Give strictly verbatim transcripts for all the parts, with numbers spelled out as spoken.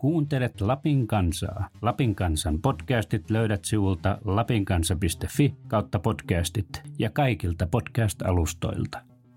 Kuuntelet Lapin kansaa. Lapin kansan podcastit löydät sivulta lapinkansa piste fi kautta podcastit ja kaikilta podcast-alustoilta.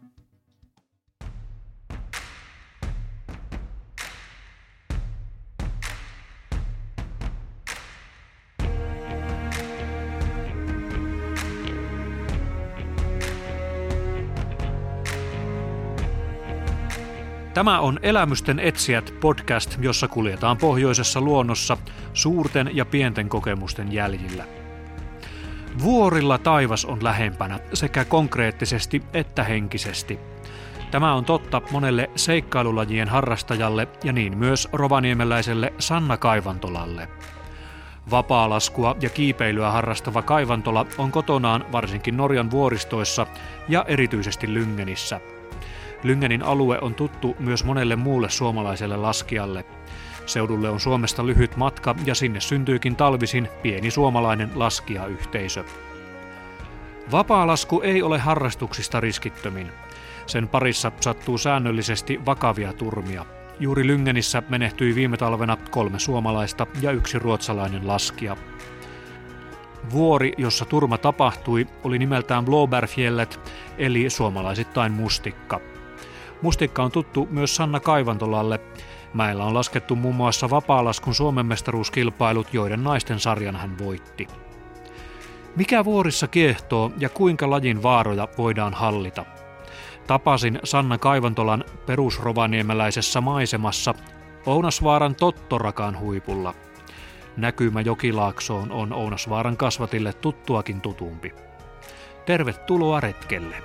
Tämä on Elämysten etsijät podcast, jossa kuljetaan pohjoisessa luonnossa suurten ja pienten kokemusten jäljillä. Vuorilla taivas on lähempänä sekä konkreettisesti että henkisesti. Tämä on totta monelle seikkailulajien harrastajalle ja niin myös rovaniemeläiselle Sanna Kaivantolalle. Vapaalaskua ja kiipeilyä harrastava Kaivantola on kotonaan varsinkin Norjan vuoristoissa ja erityisesti Lyngenissä. Lyngenin alue on tuttu myös monelle muulle suomalaiselle laskijalle. Seudulle on Suomesta lyhyt matka ja sinne syntyykin talvisin pieni suomalainen laskijayhteisö. Vapaalasku ei ole harrastuksista riskittömin. Sen parissa sattuu säännöllisesti vakavia turmia. Juuri Lyngenissä menehtyi viime talvena kolme suomalaista ja yksi ruotsalainen laskija. Vuori, jossa turma tapahtui, oli nimeltään Blåbergfjället, eli suomalaisittain mustikka. Mustikka on tuttu myös Sanna Kaivantolalle. Mäellä on laskettu muun muassa vapaalaskun Suomen mestaruuskilpailut, joiden naisten sarjan hän voitti. Mikä vuorissa kiehtoo ja kuinka lajin vaaroja voidaan hallita? Tapasin Sanna Kaivantolan perusrovaniemeläisessä maisemassa Ounasvaaran Tottorakan huipulla. Näkymä Jokilaaksoon on Ounasvaaran kasvatille tuttuakin tutumpi. Tervetuloa retkelle!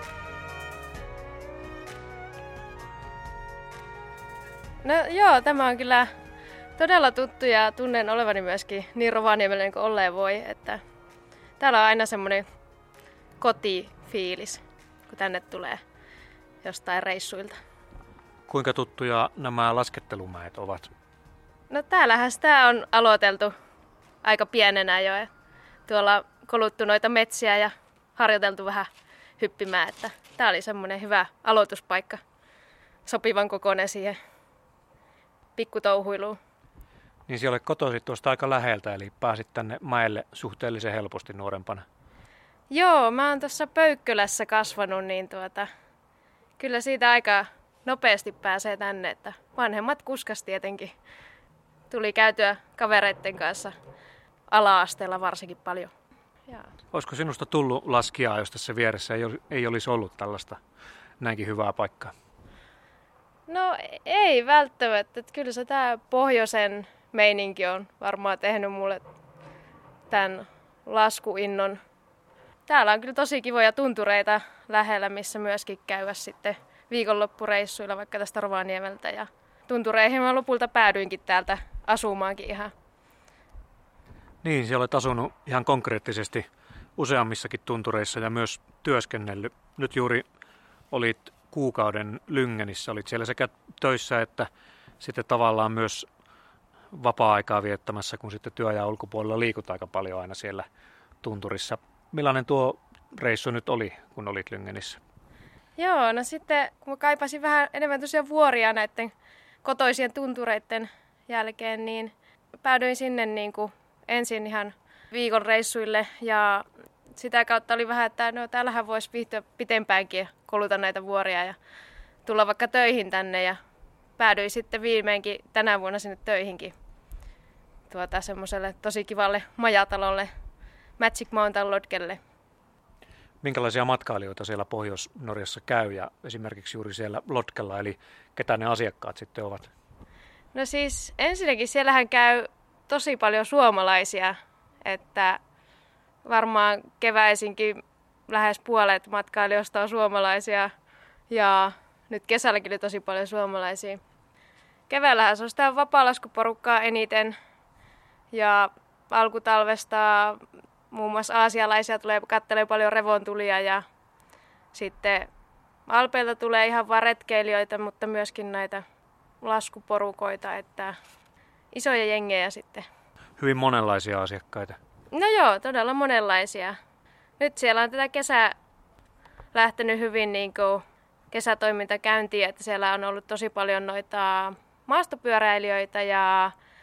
No joo, tämä on kyllä todella tuttu ja tunnen olevani myöskin niin rovaniemeläinen kuin olleen voi, että täällä on aina semmoinen kotifiilis, kun tänne tulee jostain reissuilta. Kuinka tuttuja nämä laskettelumäet ovat? No täällähän sitä on aloiteltu aika pienenä jo. Tuolla koluttu noita metsiä ja harjoiteltu vähän hyppimään, että tää oli semmoinen hyvä aloituspaikka, sopivan kokoinen siihen pikkutouhuiluun. Niin siellä olet kotoisin tuosta aika läheltä, eli pääsit tänne mäelle suhteellisen helposti nuorempana. Joo, mä oon tuossa Pöykkölässä kasvanut, niin tuota, kyllä siitä aika nopeasti pääsee tänne, että vanhemmat kuskas tietenkin. Tuli käytyä kavereiden kanssa ala-asteella varsinkin paljon. Ja. Olisiko sinusta tullut laskijaa, jos tässä vieressä ei olisi ollut tällaista näinkin hyvää paikkaa? No ei välttämättä. Että kyllä se tämä pohjoisen meininki on varmaan tehnyt mulle tämän laskuinnon. Täällä on kyllä tosi kivoja tuntureita lähellä, missä myöskin käydä sitten viikonloppureissuilla vaikka tästä Rovaniemeltä. Ja tuntureihin mä lopulta päädyinkin täältä asumaankin ihan. Niin, siellä olet asunut ihan konkreettisesti useammissakin tuntureissa ja myös työskennellyt. Nyt juuri olit kuukauden Lyngenissä, olit siellä sekä töissä että sitten tavallaan myös vapaa-aikaa viettämässä, kun sitten työajan ulkopuolella liikut aika paljon aina siellä tunturissa. Millainen tuo reissu nyt oli, kun olit Lyngenissä? Joo, no sitten kun mä kaipasin vähän enemmän tosiaan vuoria näiden kotoisien tuntureiden jälkeen, niin päädyin sinne niin kuin ensin ihan viikon reissuille ja sitä kautta oli vähän, että no täällähän voisi viihtyä pitempäänkin koluta näitä vuoria ja tulla vaikka töihin tänne ja päädyin sitten viimeinkin tänä vuonna sinne töihinkin tuota semmoiselle tosi kivalle majatalolle Magic Mountain Lodgelle. Minkälaisia matkailijoita siellä Pohjois-Norjassa käy ja esimerkiksi juuri siellä Lodgella, eli ketä ne asiakkaat sitten ovat? No siis ensinnäkin siellähän käy tosi paljon suomalaisia, että varmaan keväisinkin lähes puolet matkailijoista on suomalaisia ja nyt kesälläkin oli tosi paljon suomalaisia. Keväällähän se on sitä vapaalaskuporukkaa eniten ja alkutalvesta muun muassa aasialaisia tulee katselemaan paljon revontulia ja sitten Alpeilta tulee ihan vaan retkeilijöitä, mutta myöskin näitä laskuporukoita, että isoja jengejä sitten. Hyvin monenlaisia asiakkaita. No joo, todella monenlaisia. Nyt siellä on tätä kesää lähtenyt hyvin niin kuin kesätoiminta käyntiin, että siellä on ollut tosi paljon noita maastopyöräilijöitä ja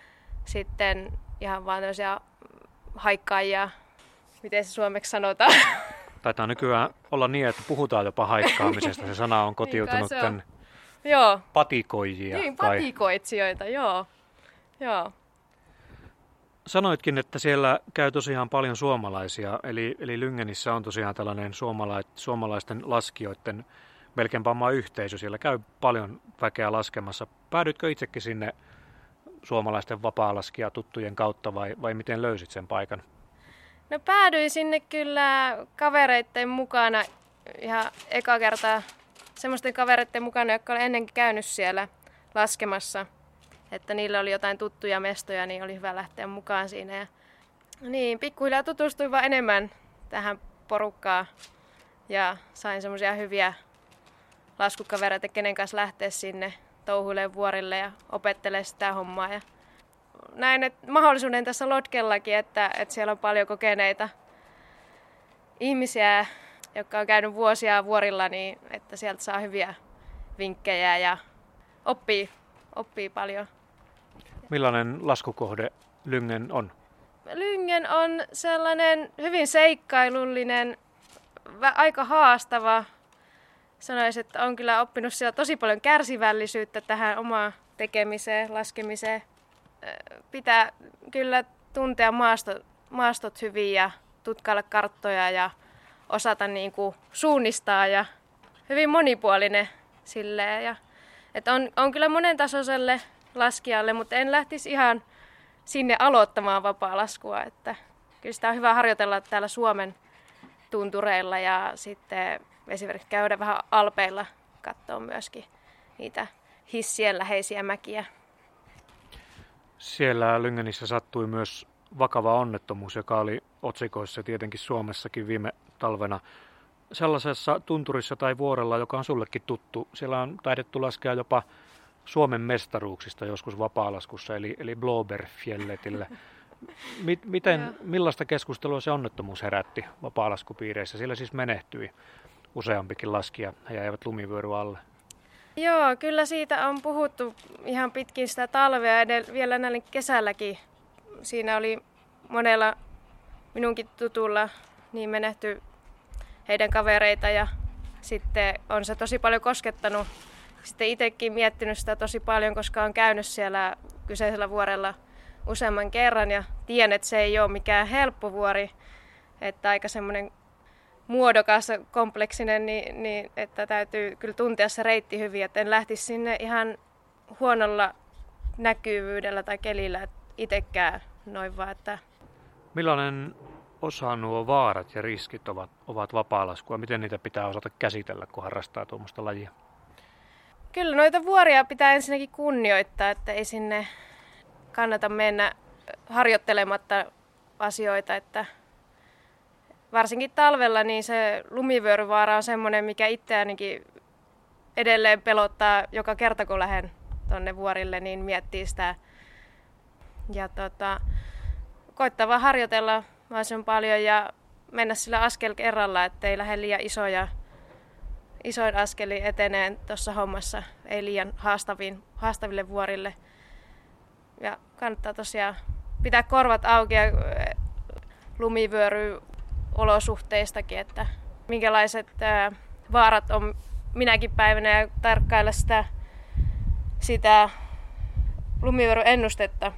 sitten ihan vaan tämmöisiä haikkaajia, miten se suomeksi sanotaan. Taitaa nykyään olla niin, että puhutaan jopa haikkaamisesta. Se sana on kotiutunut niin tämän joo. patikoijia. Niin, patikoitsijoita, joo. joo. Sanoitkin, että siellä käy tosiaan paljon suomalaisia, eli, eli Lyngenissä on tosiaan tällainen suomala, suomalaisten laskijoiden melkeinpä oma yhteisö. Siellä käy paljon väkeä laskemassa. Päädytkö itsekin sinne suomalaisten vapaa-laskija tuttujen kautta vai, vai miten löysit sen paikan? No päädyin sinne kyllä kavereiden mukana ihan eka kertaa semmoisten kavereiden mukana, jotka oli ennenkin käynyt siellä laskemassa. Että niillä oli jotain tuttuja mestoja, niin oli hyvä lähteä mukaan siinä. Ja niin, pikkuhiljaa tutustuin vaan enemmän tähän porukkaan ja sain semmoisia hyviä laskukavereita, kenen kanssa lähteä sinne touhuilemaan vuorille ja opettelemaan sitä hommaa. Ja näin että mahdollisuuden tässä Lotkellakin, että, että siellä on paljon kokeneita ihmisiä, jotka on käynyt vuosia vuorilla, niin että sieltä saa hyviä vinkkejä ja oppii, oppii paljon. Millainen laskukohde Lyngen on? Lyngen on sellainen hyvin seikkailullinen, aika haastava. Sanoisin, että on kyllä oppinut siellä tosi paljon kärsivällisyyttä tähän omaan tekemiseen, laskemiseen. Pitää kyllä tuntea maastot, maastot hyvin ja tutkailla karttoja ja osata niin kuin suunnistaa ja hyvin monipuolinen silleen. Ja, että on, on kyllä monen tasoiselle laskijalle, mutta en lähtisi ihan sinne aloittamaan vapaa-laskua. Että kyllä sitä on hyvä harjoitella täällä Suomen tuntureilla ja sitten esimerkiksi käydä vähän alpeilla katsoa myöskin niitä hissien läheisiä mäkiä. Siellä Lyngenissä sattui myös vakava onnettomuus, joka oli otsikoissa tietenkin Suomessakin viime talvena. Sellaisessa tunturissa tai vuorella, joka on sullekin tuttu, siellä on taidettu laskea jopa Suomen mestaruuksista joskus vapaalaskussa, eli, eli Blåbergfjälletillä. Miten, millaista keskustelua se onnettomuus herätti vapaalaskupiireissä? Siellä siis menehtyi useampikin laskija, he jäivät lumivyöry alle. Joo, kyllä siitä on puhuttu ihan pitkin sitä talvea edellä, vielä näin kesälläkin. Siinä oli monella minunkin tutulla niin menehty heidän kavereita ja sitten on se tosi paljon koskettanut. Sitten itsekin miettinyt sitä tosi paljon, koska on käynyt siellä kyseisellä vuorella useamman kerran ja tiedän, että se ei ole mikään helppo vuori, että aika semmoinen muodokas, kompleksinen, niin, niin että täytyy kyllä tuntea se reitti hyvin, että en lähtisi sinne ihan huonolla näkyvyydellä tai kelillä itsekään noin vaan. Että... Millainen osa nuo vaarat ja riskit ovat, ovat vapaa-laskua? Miten niitä pitää osata käsitellä, kun harrastaa tuommoista lajia? Kyllä noita vuoria pitää ensinnäkin kunnioittaa, että ei sinne kannata mennä harjoittelematta asioita, että varsinkin talvella niin se lumivyöryvaara on semmoinen, mikä itseänikin edelleen pelottaa joka kerta, kun lähden tuonne vuorille, niin miettii sitä. Ja tota, koittaa vaan harjoitella mahdollisimman paljon ja mennä sillä askel kerralla, ettei lähde liian isoja, isoin askeli eteneen tuossa hommassa, ei liian haastaviin, haastaville vuorille. Ja kannattaa tosiaan pitää korvat auki ja lumivyöry olosuhteistakin, että minkälaiset ää, vaarat on minäkin päivänä ja tarkkailla sitä, sitä lumivyöryennustetta.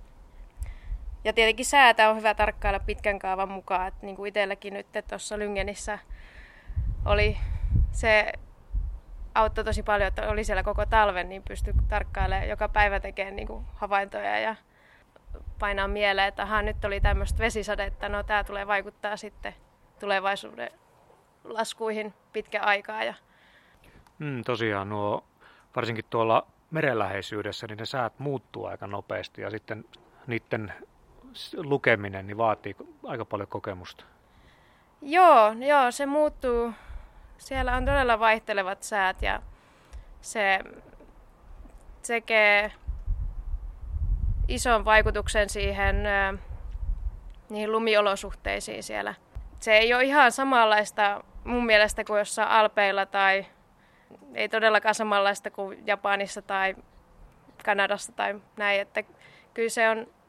Ja tietenkin säätä on hyvä tarkkailla pitkän kaavan mukaan, että niin kuin itselläkin nyt tuossa Lyngenissä oli se auttoi tosi paljon, että oli siellä koko talven, niin pystyi tarkkailemaan joka päivä tekemään niin kuin havaintoja ja painaa mieleen, että aha, nyt oli tämmöistä vesisadetta, no tämä tulee vaikuttaa sitten tulevaisuuden laskuihin pitkä aikaa. Ja... Mm, tosiaan nuo, varsinkin tuolla merenläheisyydessä, niin ne säät muuttuu aika nopeasti ja sitten niiden lukeminen niin vaatii aika paljon kokemusta. Joo, joo, se muuttuu. Siellä on todella vaihtelevat säät ja se tekee ison vaikutuksen siihen niihin lumiolosuhteisiin siellä. Se ei ole ihan samanlaista mun mielestä kuin jossain Alpeilla tai ei todellakaan samanlaista kuin Japanissa tai Kanadassa tai näin, että kyllä se on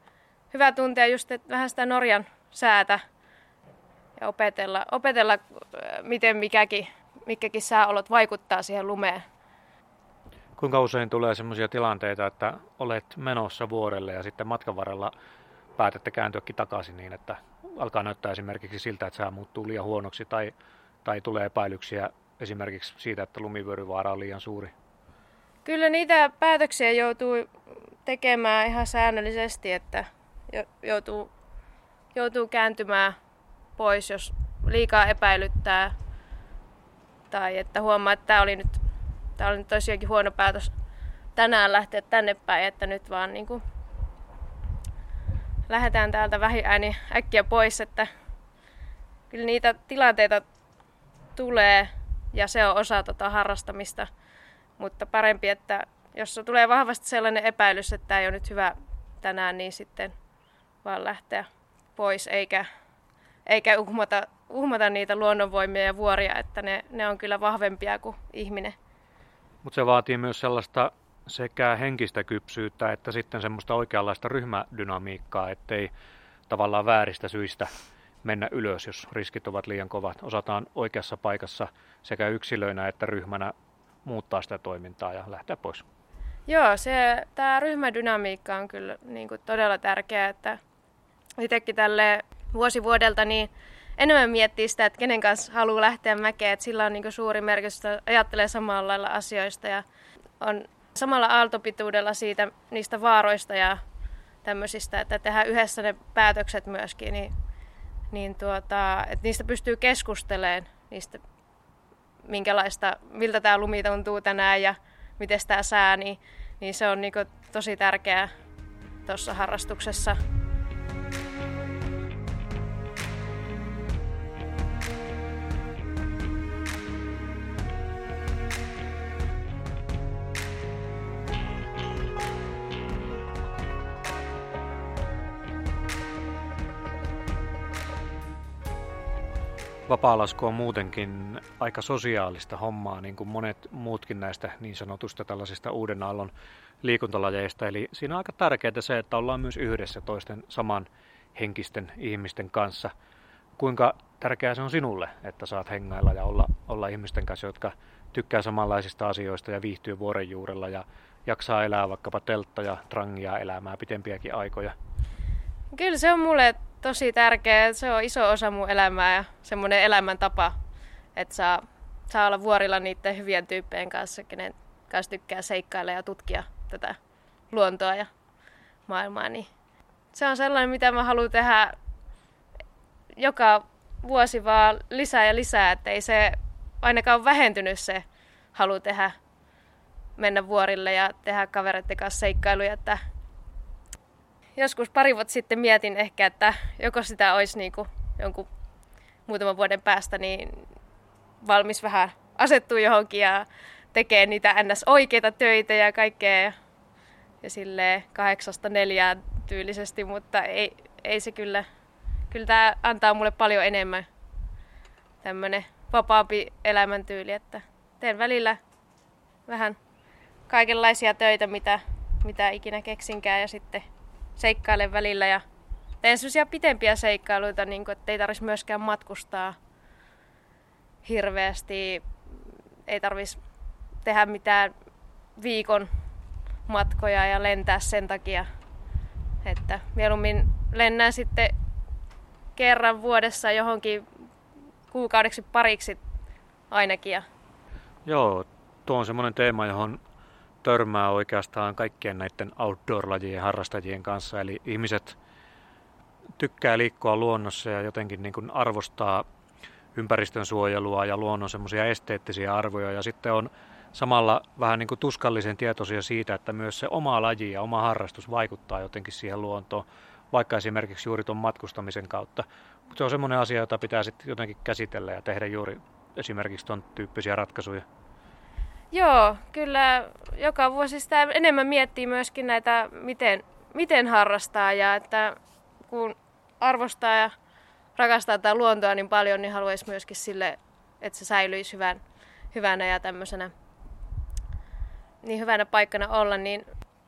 hyvä tuntea just että vähän sitä Norjan säätä ja opetella, opetella miten mikäkin, mikäkin sääolot vaikuttaa siihen lumeen. Kuinka usein tulee sellaisia tilanteita, että olet menossa vuorelle ja sitten matkan varrella päätätte kääntyäkin takaisin niin, että alkaa näyttää esimerkiksi siltä, että sää muuttuu liian huonoksi tai, tai tulee epäilyksiä esimerkiksi siitä, että lumivyöryvaara on liian suuri? Kyllä niitä päätöksiä joutuu tekemään ihan säännöllisesti, että joutuu, joutuu kääntymään pois, jos liikaa epäilyttää tai että huomaa, että tämä oli nyt, tämä oli nyt tosiaankin huono päätös tänään lähteä tänne päin, että nyt vaan niin kuin lähdetään täältä vähiääni äkkiä pois, että kyllä niitä tilanteita tulee ja se on osa tota harrastamista, mutta parempi, että jos tulee vahvasti sellainen epäilys, että tämä ei ole nyt hyvä tänään, niin sitten vaan lähteä pois eikä, eikä uhmata, uhmata niitä luonnonvoimia ja vuoria, että ne, ne on kyllä vahvempia kuin ihminen. Mutta se vaatii myös sellaista sekä henkistä kypsyyttä että sitten semmoista oikeanlaista ryhmädynamiikkaa, ettei tavallaan vääristä syistä mennä ylös, jos riskit ovat liian kovat. Osataan oikeassa paikassa sekä yksilöinä että ryhmänä muuttaa sitä toimintaa ja lähteä pois. Joo, se, tämä ryhmädynamiikka on kyllä niin kuin todella tärkeää, että itsekin tälle vuosi vuodelta niin enemmän miettii sitä, että kenen kanssa haluaa lähteä mäkeen, että sillä on niin kuin suuri merkitys, että ajattelee samalla lailla asioista ja on samalla aaltopituudella siitä, niistä vaaroista ja tämmöisistä, että tehdään yhdessä ne päätökset myöskin, niin, niin tuota, että niistä pystyy keskustelemaan, niistä, minkälaista, miltä tämä lumi tuntuu tänään ja miten tämä sää, niin, niin se on niin kuin tosi tärkeää tuossa harrastuksessa. Vapaalasku on muutenkin aika sosiaalista hommaa, niin kuin monet muutkin näistä niin sanotusta tällaisista uuden aallon liikuntalajeista. Eli siinä on aika tärkeää se, että ollaan myös yhdessä toisten saman henkisten ihmisten kanssa. Kuinka tärkeää se on sinulle, että saat hengailla ja olla, olla ihmisten kanssa, jotka tykkää samanlaisista asioista ja viihtyy vuoren juurella ja jaksaa elää vaikkapa teltta ja trangia elämää pitempiäkin aikoja? Kyllä se on mulle tosi tärkeä. Se on iso osa mun elämää ja semmoinen elämäntapa, että saa, saa olla vuorilla niiden hyvien tyyppien kanssa, kenen kanssa tykkää seikkailla ja tutkia tätä luontoa ja maailmaa. Niin se on sellainen, mitä mä haluan tehdä joka vuosi vaan lisää ja lisää, että ei se ainakaan ole vähentynyt se halu tehdä, mennä vuorille ja tehdä kavereiden kanssa seikkailuja. Että joskus pari vuotta sitten mietin ehkä, että joko sitä olisi niin kuin jonkun muutaman vuoden päästä niin valmis vähän asettua johonkin ja tekee niitä ns. Oikeita töitä ja kaikkea ja, ja silleen kahdeksasta neljään tyylisesti, mutta ei, ei se kyllä, kyllä tämä antaa mulle paljon enemmän tämmöinen vapaampi elämäntyyli, että teen välillä vähän kaikenlaisia töitä, mitä, mitä ikinä keksinkään ja sitten seikkailen välillä ja teen sellaisia pitempiä seikkailuita, niin kuin, että ei tarvitsisi myöskään matkustaa hirveästi. Ei tarvitsisi tehdä mitään viikon matkoja ja lentää sen takia, että mieluummin lennään sitten kerran vuodessa johonkin kuukaudeksi pariksi ainakin. Joo, tuo on semmoinen teema, johon törmää oikeastaan kaikkien näiden outdoor-lajien harrastajien kanssa. Eli ihmiset tykkää liikkua luonnossa ja jotenkin niin kuin arvostaa ympäristön suojelua ja luonnon semmoisia esteettisiä arvoja. Ja sitten on samalla vähän niin kuin tuskallisen tietoisia siitä, että myös se oma laji ja oma harrastus vaikuttaa jotenkin siihen luontoon, vaikka esimerkiksi juuri tuon matkustamisen kautta. Mutta se on semmoinen asia, jota pitää sitten jotenkin käsitellä ja tehdä juuri esimerkiksi tuon tyyppisiä ratkaisuja. Joo, kyllä joka vuosi sitä enemmän miettii myöskin näitä, miten, miten harrastaa ja että kun arvostaa ja rakastaa tätä luontoa niin paljon, niin haluaisi myöskin sille, että se säilyisi hyvän, hyvänä ja tämmöisenä niin hyvänä paikkana olla, niin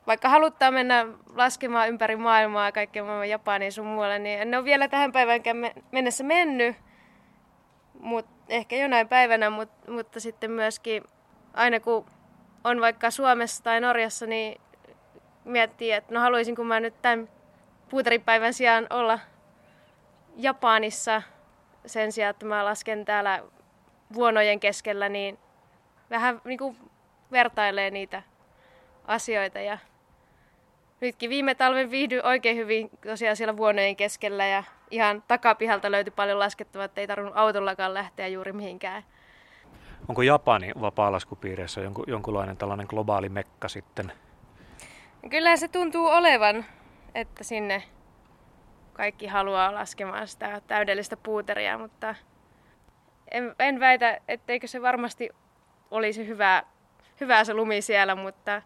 vaikka haluttaa mennä laskemaan ympäri maailmaa, kaikkea maailman Japaniin sun muualle, niin en ole vielä tähän päiväänkään mennessä mennyt, mut ehkä jonain päivänä, mut, mutta sitten myöskin aina kun on vaikka Suomessa tai Norjassa, niin miettii, että no haluaisinko mä nyt tämän puuteripäivän sijaan olla Japanissa sen sijaan, että mä lasken täällä vuonojen keskellä, niin vähän niin kuin vertailee niitä asioita. Ja nytkin viime talven viihdyin oikein hyvin tosiaan siellä vuonojen keskellä ja ihan takapihalta löytyi paljon laskettavaa, että ei tarvinnut autollakaan lähteä juuri mihinkään. Onko Japani vapaalaskupiireissä jonku, jonkunlainen tällainen globaali mekka sitten? Kyllä se tuntuu olevan, että sinne kaikki haluaa laskemaan sitä täydellistä puuteria, mutta en, en väitä, etteikö se varmasti olisi hyvää, hyvää se lumi siellä, mutta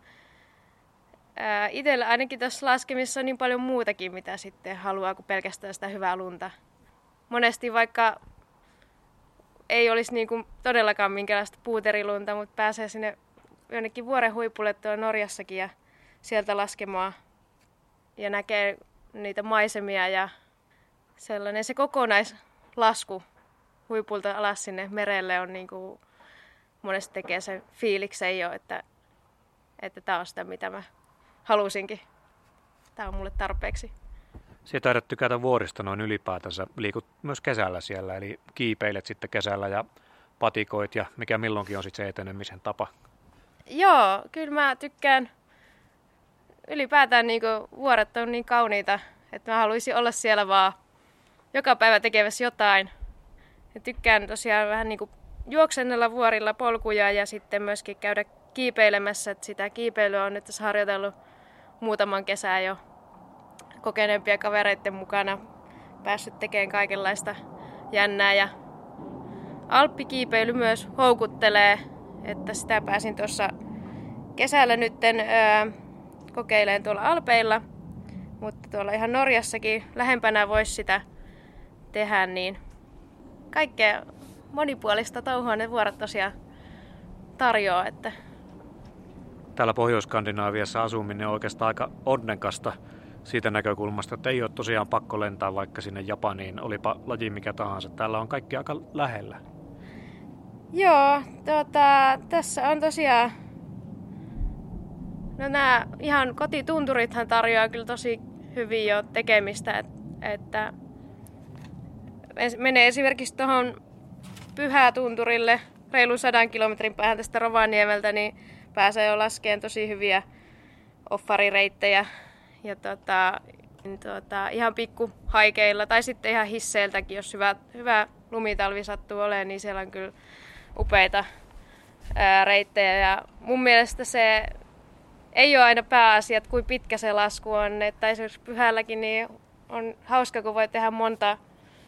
ää, itsellä ainakin tässä laskemissa on niin paljon muutakin, mitä sitten haluaa kuin pelkästään sitä hyvää lunta. Monesti vaikka ei olisi niin kuin todellakaan minkäänlaista puuterilunta, mutta pääsee sinne jonnekin vuoren huipulle tuolla Norjassakin ja sieltä laskemaan ja näkee niitä maisemia ja sellainen se kokonaislasku huipulta alas sinne merelle on niin kuin monesti tekee sen fiiliksen jo, että että tämä on sitä mitä mä halusinkin. Tämä on mulle tarpeeksi. Sinä taidat tykätä vuorista noin ylipäätänsä. Liikut myös kesällä siellä, eli kiipeilet sitten kesällä ja patikoit ja mikä milloinkin on sitten se etenemisen tapa. Joo, kyllä mä tykkään. Ylipäätään niin kuin vuoret on niin kauniita, että mä haluaisin olla siellä vaan joka päivä tekemässä jotain. Ja tykkään tosiaan vähän niin kuin juoksennella vuorilla polkuja ja sitten myöskin käydä kiipeilemässä. Että sitä kiipeilyä on nyt tässä harjoitellut muutaman kesän jo kokeneempia kavereiden mukana. Päässyt tekemään kaikenlaista jännää ja alppikiipeily myös houkuttelee, että sitä pääsin tuossa kesällä nytten öö, kokeilemaan tuolla Alpeilla, mutta tuolla ihan Norjassakin lähempänä voisi sitä tehdä, niin kaikkea monipuolista touhua ne vuorot tosiaan tarjoaa. Että Täällä Pohjois-Skandinaaviassa asuminen on oikeastaan aika onnekasta siitä näkökulmasta, että ei ole tosiaan pakko lentää vaikka sinne Japaniin, olipa laji mikä tahansa. Täällä on kaikki aika lähellä. Joo, tuota, tässä on tosiaan, no nämä ihan kotitunturithan tarjoaa kyllä tosi hyvin jo tekemistä, että menee esimerkiksi tuohon Pyhätunturille reilun sadan kilometrin päähän tästä Rovaniemeltä, niin pääsee jo laskemaan tosi hyviä offarireittejä ja tota, tota, ihan pikku haikeilla tai sitten ihan hisseiltäkin, jos hyvä, hyvä lumitalvi sattuu olemaan, niin siellä on kyllä upeita ää, reittejä. Ja mun mielestä se ei ole aina pääasia, että kuinka pitkä se lasku on. Että esimerkiksi Pyhälläkin niin on hauska, kun voi tehdä monta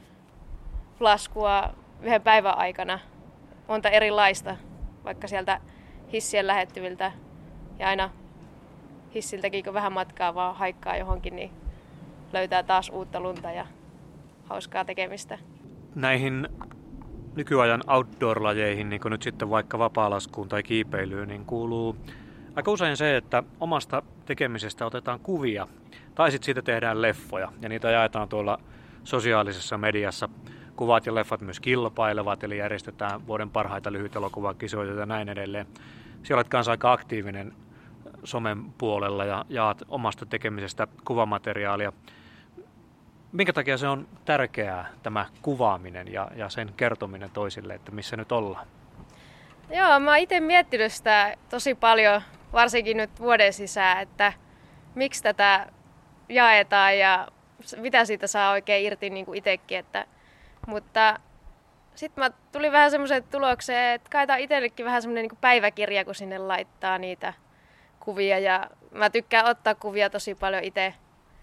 laskua yhden päivän aikana. Monta erilaista, vaikka sieltä hissien lähettyviltä ja aina hissiltäkin, kun vähän matkaa vaan haikkaa johonkin, niin löytää taas uutta lunta ja hauskaa tekemistä. Näihin nykyajan outdoor-lajeihin, niin kuin nyt sitten vaikka vapaalaskuun tai kiipeilyyn, niin kuuluu aika usein se, että omasta tekemisestä otetaan kuvia tai sitten siitä tehdään leffoja ja niitä jaetaan tuolla sosiaalisessa mediassa. Kuvat ja leffat myös kilpailevat, eli järjestetään vuoden parhaita lyhytelokuvakisoja ja näin edelleen. Siellä olet kanssa aika aktiivinen somen puolella ja jaat omasta tekemisestä kuvamateriaalia. Minkä takia se on tärkeää, tämä kuvaaminen ja, ja sen kertominen toisille, että missä nyt ollaan? Joo, mä oon itse miettinyt sitä tosi paljon, varsinkin nyt vuoden sisään, että miksi tätä jaetaan ja mitä siitä saa oikein irti niin kuin itsekin. Että, mutta sitten mä tulin vähän semmoiseen tulokseen, että kai tää on itsellekin vähän semmoinen niin kuin päiväkirja, kun sinne laittaa niitä kuvia. Ja mä tykkään ottaa kuvia tosi paljon itse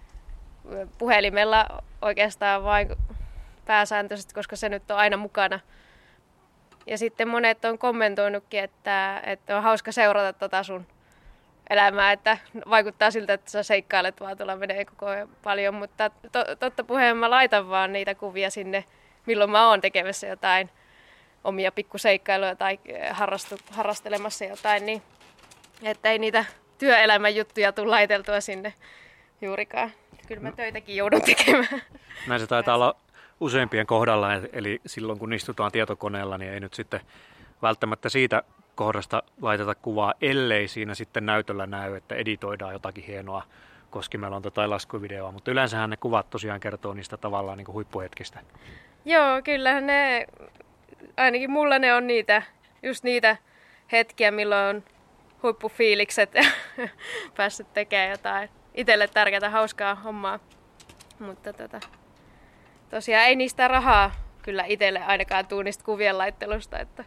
puhelimella oikeastaan vain pääsääntöisesti, koska se nyt on aina mukana. Ja sitten monet on kommentoinutkin, että, että on hauska seurata tota sun elämää, että vaikuttaa siltä, että sä seikkailet vaan tuolla menee koko ajan paljon, mutta to, totta puheen mä laitan vaan niitä kuvia sinne, milloin mä oon tekemässä jotain omia pikkuseikkailuja tai harrastu, harrastelemassa jotain, niin että ei niitä työelämän juttuja tule laiteltua sinne juurikaan. Kyllä mä töitäkin joudun tekemään. Näin se taitaa olla useimpien kohdalla, eli silloin kun istutaan tietokoneella, niin ei nyt sitten välttämättä siitä kohdasta laiteta kuvaa, ellei siinä sitten näytöllä näy, että editoidaan jotakin hienoa koskimelonta tai laskuvideoa, mutta yleensähän ne kuvat tosiaan kertoo niistä tavallaan niin kuin huippuhetkistä. Joo, kyllähän ne, ainakin mulla ne on niitä, just niitä hetkiä, milloin on huippufiilikset ja päässyt tekemään jotain itselle tärkeää, hauskaa hommaa. Mutta tota, tosiaan ei niistä rahaa kyllä itselle ainakaan tuu niistä kuvien laittelusta. Että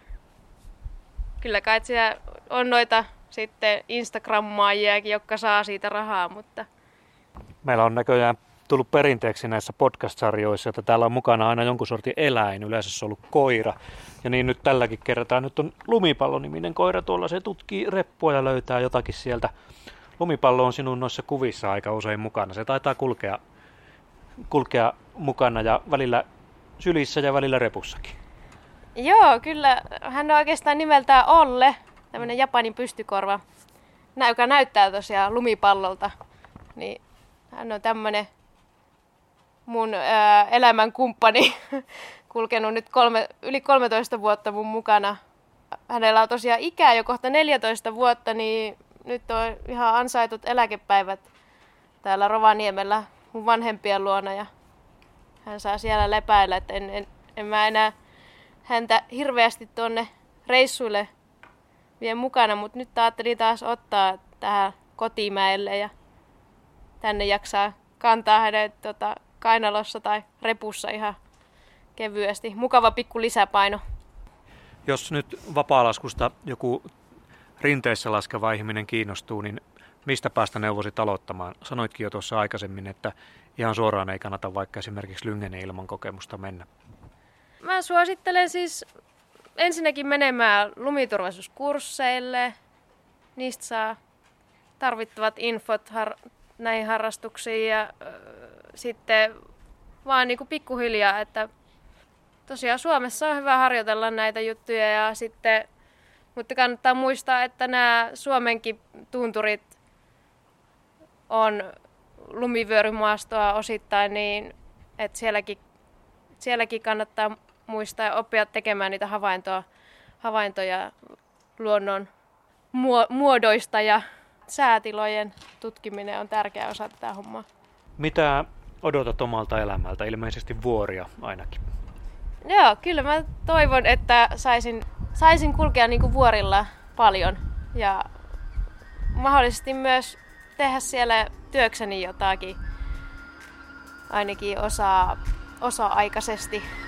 kyllä kai siellä on noita sitten Instagram-maajiakin, jotka saa siitä rahaa, mutta... Meillä on näköjään tullut perinteeksi näissä podcast-sarjoissa, että täällä on mukana aina jonkun sortin eläin, yleensä se on ollut koira. Ja niin nyt tälläkin kertaa nyt on Lumipallo-niminen koira tuolla, se tutkii reppua ja löytää jotakin sieltä. Lumipallo on sinun noissa kuvissa aika usein mukana, se taitaa kulkea, kulkea mukana ja välillä sylissä ja välillä repussakin. Joo, kyllä. Hän on oikeastaan nimeltään Olle, tämmöinen Japanin pystykorva, joka näyttää tosiaan lumipallolta. Niin hän on tämmöinen mun ää, elämänkumppani, kulkenut nyt kolme, yli kolmetoista vuotta mun mukana. Hänellä on tosiaan ikää jo kohta neljätoista vuotta, niin nyt on ihan ansaitut eläkepäivät täällä Rovaniemellä mun vanhempien luona. Ja hän saa siellä lepäillä, että en, en, en mä enää häntä hirveästi tuonne reissuille vie mukana, mutta nyt ajattelin taas ottaa tähän kotimäelle ja tänne jaksaa kantaa hänet tota, kainalossa tai repussa ihan kevyesti. Mukava pikku lisäpaino. Jos nyt vapaalaskusta joku rinteissä laskeva ihminen kiinnostuu, niin mistä päästä neuvosit aloittamaan? Sanoitkin jo tuossa aikaisemmin, että ihan suoraan ei kannata vaikka esimerkiksi Lyngenen ilman kokemusta mennä. Mä suosittelen siis ensinnäkin menemään lumiturvallisuuskursseille. Niistä saa tarvittavat infot har- näihin harrastuksiin ja äh, sitten vaan niin kuin pikkuhiljaa, että tosiaan Suomessa on hyvä harjoitella näitä juttuja ja sitten, mutta kannattaa muistaa, että nämä Suomenkin tunturit on lumivyörymaastoa osittain, niin että sielläkin, sielläkin kannattaa muistaa ja oppia tekemään niitä havaintoja, havaintoja luonnon muodoista ja säätilojen tutkiminen on tärkeä osa tätä hommaa. Mitä odotat omalta elämältä? Ilmeisesti vuoria ainakin. Joo, kyllä mä toivon, että saisin, saisin kulkea niin kuin vuorilla paljon ja mahdollisesti myös tehdä siellä työkseni jotakin, ainakin osa, osa-aikaisesti.